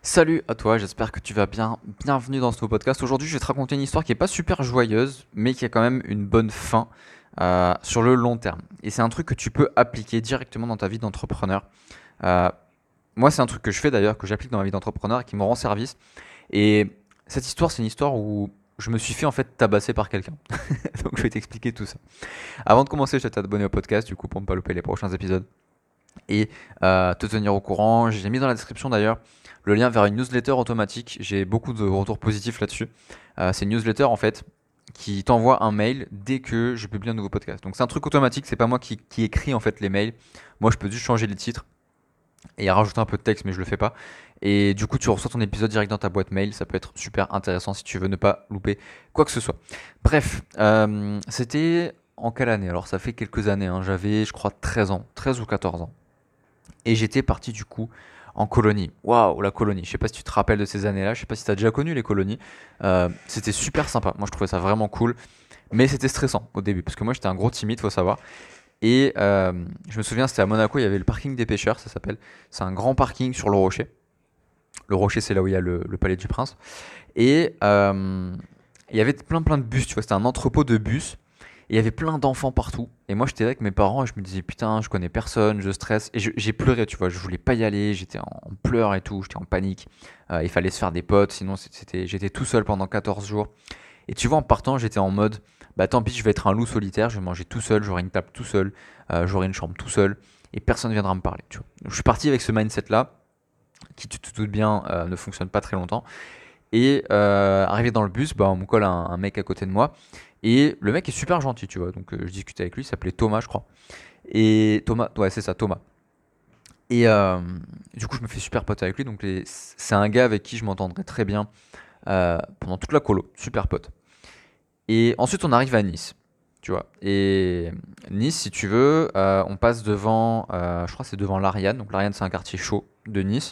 Salut à toi, j'espère que tu vas bien. Bienvenue dans ce nouveau podcast. Aujourd'hui, je vais te raconter une histoire qui est pas super joyeuse, mais qui a quand même une bonne fin sur le long terme. Et c'est un truc que tu peux appliquer directement dans ta vie d'entrepreneur. Euh, Moi, c'est un truc que je fais d'ailleurs, que j'applique dans ma vie d'entrepreneur et qui me rend service. Et cette histoire, c'est une histoire où je me suis fait en fait tabasser par quelqu'un. Donc, je vais t'expliquer tout ça. Avant de commencer, je vais t'abonner au podcast, du coup, pour ne pas louper les prochains épisodes et te tenir au courant. J'ai mis dans la description d'ailleurs le lien vers une newsletter automatique. J'ai beaucoup de retours positifs là-dessus. C'est une newsletter en fait qui t'envoie un mail dès que je publie un nouveau podcast. Donc c'est un truc automatique, c'est pas moi qui écris en fait les mails. Moi je peux juste changer les titres et rajouter un peu de texte, mais je le fais pas. Et du coup tu reçois ton épisode direct dans ta boîte mail. Ça peut être super intéressant si tu veux ne pas louper quoi que ce soit. Bref, c'était en quelle année? Alors ça fait quelques années, hein. J'avais je crois 13 ans, 13 ou 14 ans. Et j'étais parti du coup en colonie. Waouh, la colonie. Je sais pas si tu te rappelles de ces années-là. Je sais pas si tu as déjà connu les colonies. C'était super sympa. Moi, je trouvais ça vraiment cool. Mais c'était stressant au début. Parce que moi, j'étais un gros timide, faut savoir. Et je me souviens, c'était à Monaco. Il y avait le parking des pêcheurs, ça s'appelle. C'est un grand parking sur le Rocher. Le Rocher, c'est là où il y a le Palais du Prince. Et il y avait plein de bus. Tu vois, c'était un entrepôt de bus. Et il y avait plein d'enfants partout. Et moi, j'étais là avec mes parents et je me disais, putain, je connais personne, je stresse. Et j'ai pleuré, tu vois, je voulais pas y aller, j'étais en pleurs et tout, j'étais en panique. Il fallait se faire des potes, sinon j'étais tout seul pendant 14 jours. Et tu vois, en partant, j'étais en mode, bah tant pis, je vais être un loup solitaire, je vais manger tout seul, j'aurai une table tout seul, j'aurai une chambre tout seul, et personne ne viendra me parler, tu vois. Donc, je suis parti avec ce mindset-là, qui, tu te doutes bien, ne fonctionne pas très longtemps. Et arrivé dans le bus, bah, on me colle un mec à côté de moi. Et le mec est super gentil, tu vois. Donc je discutais avec lui, il s'appelait Thomas, je crois. Et Thomas, ouais, c'est ça, Thomas. Et du coup, je me fais super pote avec lui. Donc c'est un gars avec qui je m'entendrai très bien pendant toute la colo. Super pote. Et ensuite, on arrive à Nice, tu vois. Et Nice, si tu veux, on passe devant, je crois que c'est devant l'Ariane. Donc l'Ariane, c'est un quartier chaud de Nice.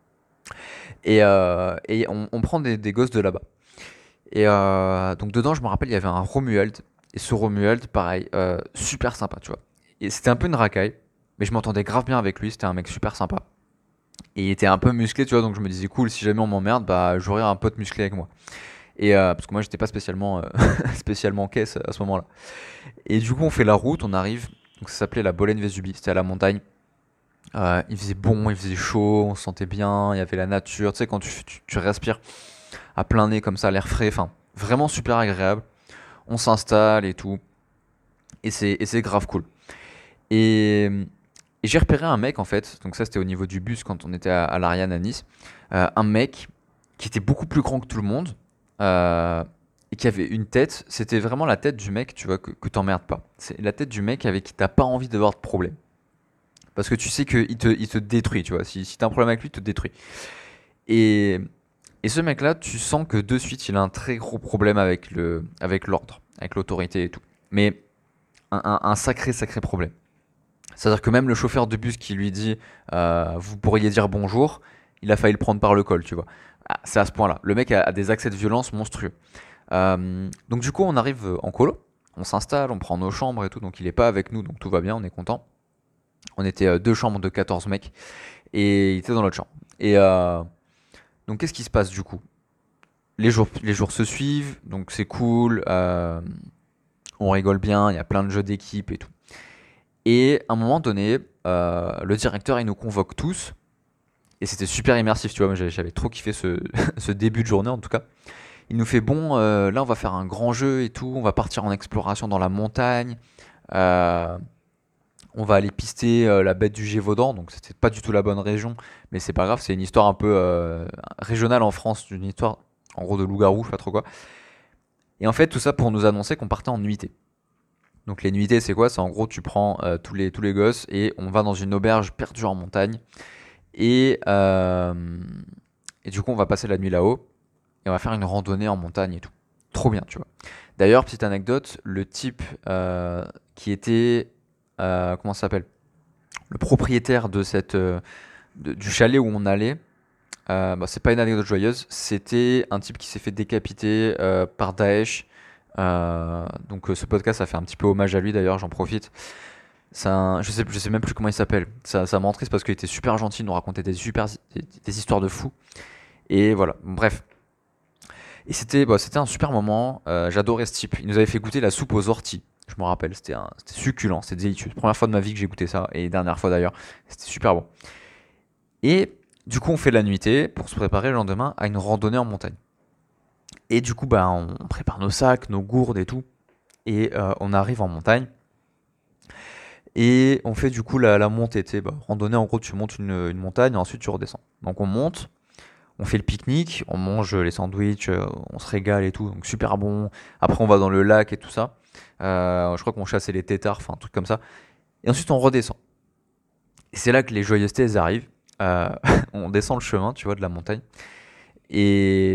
Et on prend des gosses de là-bas. Et donc dedans, je me rappelle, il y avait un Romuald. Et ce Romuald, pareil, super sympa, tu vois. Et c'était un peu une racaille, mais je m'entendais grave bien avec lui. C'était un mec super sympa. Et il était un peu musclé, tu vois. Donc je me disais, cool, si jamais on m'emmerde, bah j'aurais un pote musclé avec moi. Et parce que moi, j'étais pas spécialement, spécialement caisse à ce moment-là. Et du coup, on fait la route, on arrive. Donc ça s'appelait la Bolène-Vésubie. C'était à la montagne. Il faisait bon, il faisait chaud, on se sentait bien. Il y avait la nature. Tu sais, quand tu respires à plein nez comme ça, l'air frais. Enfin, vraiment super agréable. On s'installe et tout. Et c'est grave cool. Et, et j'ai repéré un mec en fait, donc ça c'était au niveau du bus quand on était à l'Ariane à Nice, un mec qui était beaucoup plus grand que tout le monde euh, et qui avait une tête, c'était vraiment la tête du mec, tu vois, que t'emmerdes pas. C'est la tête du mec avec qui t'as pas envie d'avoir de problème. Parce que tu sais qu'il te détruit, tu vois. Si t'as un problème avec lui, il te détruit. Et, et ce mec-là, tu sens que de suite, il a un très gros problème avec l'ordre, avec l'autorité et tout. Mais un sacré problème. C'est-à-dire que même le chauffeur de bus qui lui dit vous pourriez dire bonjour, il a failli le prendre par le col, tu vois. Ah, c'est à ce point-là. Le mec a des accès de violence monstrueux. Donc du coup, on arrive en colo, on s'installe, on prend nos chambres et tout, donc il est pas avec nous, donc tout va bien, on est content. On était deux chambres de 14 mecs et il était dans notre chambre. Et donc qu'est-ce qui se passe du coup? Les jours se suivent, donc c'est cool, on rigole bien, il y a plein de jeux d'équipe et tout. Et à un moment donné, le directeur il nous convoque tous. Et c'était super immersif, tu vois. Moi, j'avais trop kiffé ce début de journée en tout cas. Il nous fait bon, là on va faire un grand jeu et tout. On va partir en exploration dans la montagne. Euh, on va aller pister la bête du Gévaudan. Donc c'était pas du tout la bonne région, mais c'est pas grave. C'est une histoire un peu régionale en France, une histoire en gros de loup-garou, je sais pas trop quoi. Et en fait tout ça pour nous annoncer qu'on partait en nuitée. Donc les nuitées c'est quoi? C'est en gros tu prends tous les gosses et on va dans une auberge perdue en montagne. Et, et du coup, on va passer la nuit là-haut et on va faire une randonnée en montagne et tout. Trop bien, tu vois. D'ailleurs, petite anecdote, le type qui était, comment ça s'appelle? Le propriétaire de du chalet où on allait, bah, c'est pas une anecdote joyeuse, c'était un type qui s'est fait décapiter par Daesh. Donc ce podcast, ça fait un petit peu hommage à lui d'ailleurs, j'en profite. Je sais même plus comment il s'appelle. Ça m'entriste parce qu'il était super gentil, il nous racontait des histoires de fous. Et voilà, bref. Et c'était un super moment. J'adorais ce type. Il nous avait fait goûter la soupe aux orties. Je me rappelle, c'était succulent, c'était délicieux. Première fois de ma vie que j'ai goûté ça, et dernière fois d'ailleurs. C'était super bon. Et du coup, on fait la nuitée pour se préparer le lendemain à une randonnée en montagne. Et du coup, bah, on prépare nos sacs, nos gourdes et tout. Et on arrive en montagne. Et on fait du coup la montée. Tu sais, bah, randonnée, en gros, tu montes une montagne et ensuite tu redescends. Donc on monte, on fait le pique-nique, on mange les sandwichs, on se régale et tout. Donc super bon. Après, on va dans le lac et tout ça. Je crois qu'on chassait les têtards, enfin un truc comme ça. Et ensuite, on redescend. Et c'est là que les joyeusetés elles arrivent. Euh, on descend le chemin, tu vois, de la montagne. Et,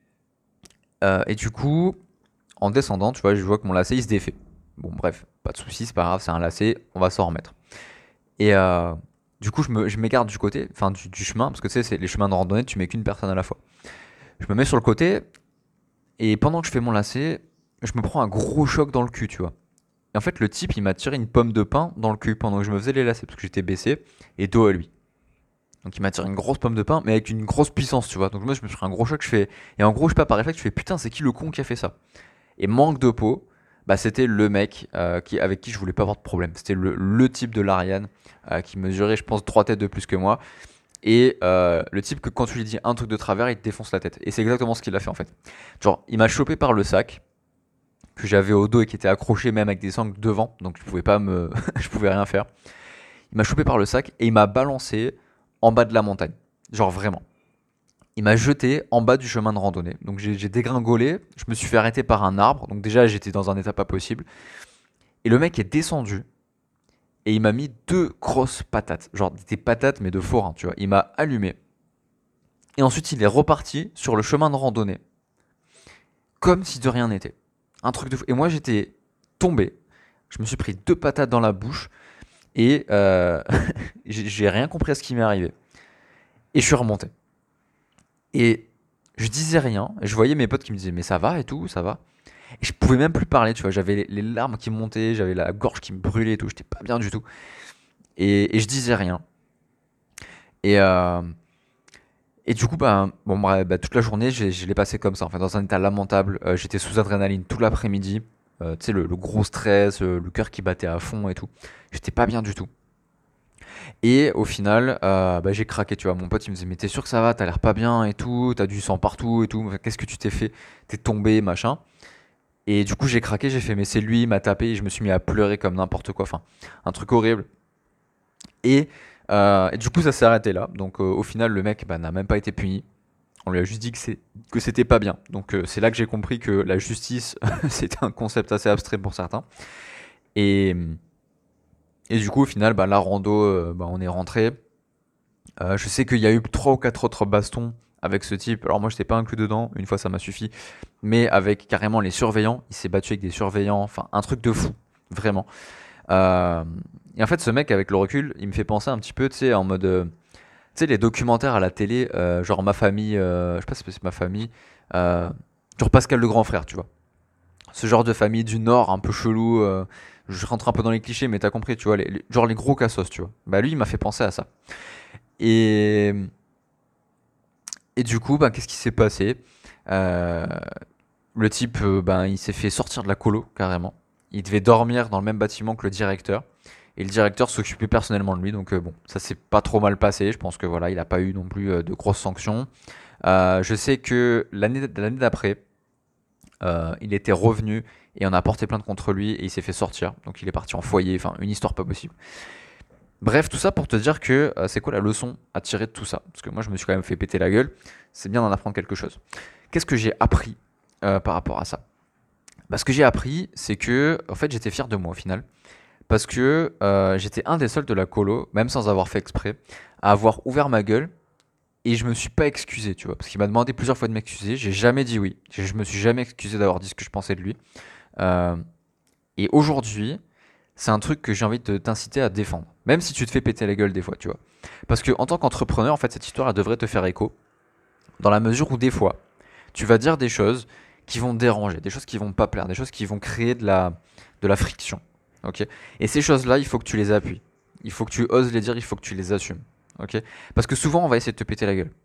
et du coup, en descendant, tu vois, je vois que mon lacet il se défait. Bon, bref, pas de soucis, c'est pas grave, c'est un lacet, on va s'en remettre. Et du coup, je m'écarte du côté, enfin du chemin, parce que tu sais, c'est les chemins de randonnée, tu mets qu'une personne à la fois. Je me mets sur le côté, et pendant que je fais mon lacet, je me prends un gros choc dans le cul, tu vois. Et en fait, le type, il m'a tiré une pomme de pain dans le cul pendant que je me faisais les lacets, parce que j'étais baissé, et dos à lui. Donc il m'a tiré une grosse pomme de pain, mais avec une grosse puissance, tu vois. Donc moi, je me suis pris un gros choc, je fais. Et en gros, je sais pas, par réflexe, je fais putain, c'est qui le con qui a fait ça? Et manque de peau, bah, c'était le mec avec qui je voulais pas avoir de problème. C'était le type de l'Ariane qui mesurait, je pense, 3 têtes de plus que moi. Et le type que quand tu lui dis un truc de travers, il te défonce la tête. Et c'est exactement ce qu'il a fait en fait. Genre, il m'a chopé par le sac que j'avais au dos et qui était accroché même avec des sangles devant, donc je pouvais pas me, je pouvais rien faire. Il m'a chopé par le sac et il m'a balancé en bas de la montagne. Genre vraiment. Il m'a jeté en bas du chemin de randonnée. Donc j'ai dégringolé, je me suis fait arrêter par un arbre. Donc déjà j'étais dans un état pas possible. Et le mec est descendu et il m'a mis deux grosses patates. Genre des patates mais de forain, tu vois. Il m'a allumé. Et ensuite il est reparti sur le chemin de randonnée. Comme si de rien n'était. Un truc de fou. Et moi j'étais tombé. Je me suis pris deux patates dans la bouche. Et j'ai rien compris à ce qui m'est arrivé. Et je suis remonté. Et je disais rien. Et je voyais mes potes qui me disaient mais ça va et tout, ça va. Et je pouvais même plus parler, tu vois. J'avais les larmes qui montaient, j'avais la gorge qui me brûlait et tout. J'étais pas bien du tout. Et je disais rien. Et, euh, et du coup, bah, bon, bah, toute la journée, je l'ai passé comme ça, en fait, dans un état lamentable. J'étais sous adrénaline tout l'après-midi. Tu sais, le gros stress, le cœur qui battait à fond et tout. J'étais pas bien du tout. Et au final, bah, j'ai craqué, tu vois. Mon pote, il me disait, mais t'es sûr que ça va? T'as l'air pas bien et tout. T'as du sang partout et tout. Enfin, qu'est-ce que tu t'es fait? T'es tombé, machin. Et du coup, j'ai craqué, j'ai fait, mais c'est lui, il m'a tapé et je me suis mis à pleurer comme n'importe quoi. Enfin, un truc horrible. Et du coup, ça s'est arrêté là. Donc, au final, le mec bah, n'a même pas été puni. On lui a juste dit que c'était pas bien. Donc, c'est là que j'ai compris que la justice, c'était un concept assez abstrait pour certains. Et, et du coup, au final, bah, la rando, bah, on est rentré. Je sais qu'il y a eu 3 ou 4 autres bastons avec ce type. Alors moi, je n'étais pas inclus dedans. Une fois, ça m'a suffi. Mais avec carrément les surveillants, il s'est battu avec des surveillants. Enfin, un truc de fou, vraiment. Euh, et en fait, ce mec, avec le recul, il me fait penser un petit peu, tu sais, en mode, tu sais, les documentaires à la télé, genre ma famille, je sais pas si c'est ma famille, euh, genre Pascal le grand frère, tu vois. Ce genre de famille du Nord, un peu chelou. Je rentre un peu dans les clichés, mais t'as compris, tu vois, genre les gros cassos, tu vois. Bah lui, il m'a fait penser à ça. Et Et du coup, ben, qu'est-ce qui s'est passé? Euh, le type, ben, il s'est fait sortir de la colo, carrément. Il devait dormir dans le même bâtiment que le directeur. Et le directeur s'occupait personnellement de lui. Donc, bon, ça s'est pas trop mal passé. Je pense que voilà, il n'a pas eu non plus de grosses sanctions. Je sais que l'année d'après, il était revenu et on a porté plainte contre lui et il s'est fait sortir. Donc, il est parti en foyer. Enfin, une histoire pas possible. Bref, tout ça pour te dire que c'est quoi la leçon à tirer de tout ça? Parce que moi, je me suis quand même fait péter la gueule. C'est bien d'en apprendre quelque chose. Qu'est-ce que j'ai appris par rapport à ça? Bah, ce que j'ai appris, c'est que en fait, j'étais fier de moi au final. Parce que j'étais un des seuls de la colo, même sans avoir fait exprès, à avoir ouvert ma gueule et je me suis pas excusé, tu vois. Parce qu'il m'a demandé plusieurs fois de m'excuser. J'ai jamais dit oui. Je me suis jamais excusé d'avoir dit ce que je pensais de lui. Euh, et aujourd'hui, c'est un truc que j'ai envie de t'inciter à défendre. Même si tu te fais péter la gueule des fois, tu vois. Parce que en tant qu'entrepreneur, en fait, cette histoire, elle devrait te faire écho. Dans la mesure où des fois, tu vas dire des choses qui vont te déranger, des choses qui vont pas plaire, des choses qui vont créer de la friction. Ok. Et ces choses-là, il faut que tu les appuies. Il faut que tu oses les dire, il faut que tu les assumes. Ok. Parce que souvent, on va essayer de te péter la gueule.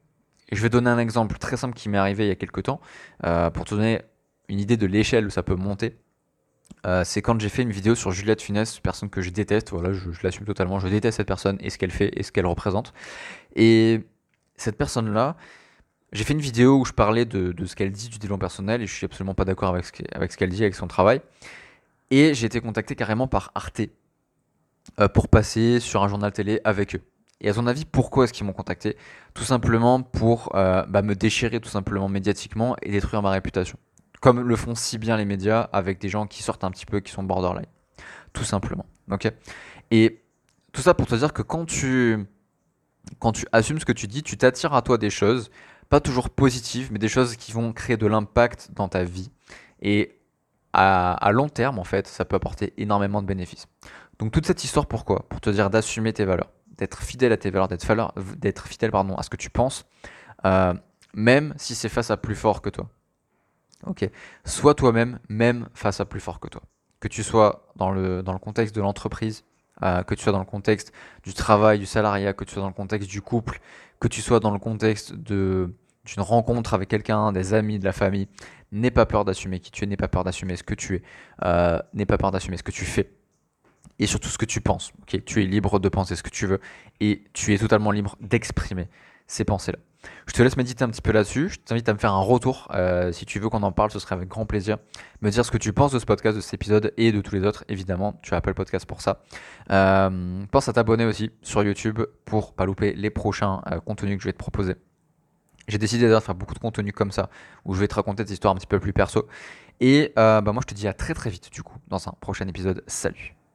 Et je vais donner un exemple très simple qui m'est arrivé il y a quelques temps, pour te donner une idée de l'échelle où ça peut monter. C'est quand j'ai fait une vidéo sur Juliette Funès, personne que je déteste, voilà, je l'assume totalement, je déteste cette personne et ce qu'elle fait et ce qu'elle représente. Et cette personne-là, j'ai fait une vidéo où je parlais de ce qu'elle dit du développement personnel et je suis absolument pas d'accord avec ce qu'elle dit, avec son travail. Et j'ai été contacté carrément par Arte pour passer sur un journal télé avec eux. Et à ton avis, pourquoi est-ce qu'ils m'ont contacté? Tout simplement pour me déchirer tout simplement médiatiquement et détruire ma réputation. Comme le font si bien les médias avec des gens qui sortent un petit peu, qui sont borderline. Tout simplement. Ok. Et tout ça pour te dire que quand tu assumes ce que tu dis, tu t'attires à toi des choses, pas toujours positives, mais des choses qui vont créer de l'impact dans ta vie. Et à long terme, en fait, ça peut apporter énormément de bénéfices. Donc toute cette histoire, pourquoi? Pour te dire d'assumer tes valeurs, d'être fidèle à tes valeurs, d'être fidèle à ce que tu penses, euh, même si c'est face à plus fort que toi. Ok. Sois toi-même, même face à plus fort que toi. Que tu sois dans le contexte de l'entreprise, que tu sois dans le contexte du travail, du salariat, que tu sois dans le contexte du couple, que tu sois dans le contexte d'une rencontre avec quelqu'un, des amis, de la famille, n'aie pas peur d'assumer qui tu es, n'aie pas peur d'assumer ce que tu es, n'aie pas peur d'assumer ce que tu fais et surtout ce que tu penses. Ok, tu es libre de penser ce que tu veux et tu es totalement libre d'exprimer ces pensées-là. Je te laisse méditer un petit peu là-dessus. Je t'invite à me faire un retour. Si tu veux qu'on en parle, ce serait avec grand plaisir. Me dire ce que tu penses de ce podcast, de cet épisode et de tous les autres. Évidemment, tu as Apple Podcast pour ça. Pense à t'abonner aussi sur YouTube pour pas louper les prochains contenus que je vais te proposer. J'ai décidé de faire beaucoup de contenu comme ça, où je vais te raconter des histoires un petit peu plus perso. Et moi, je te dis à très très vite, du coup, dans un prochain épisode. Salut!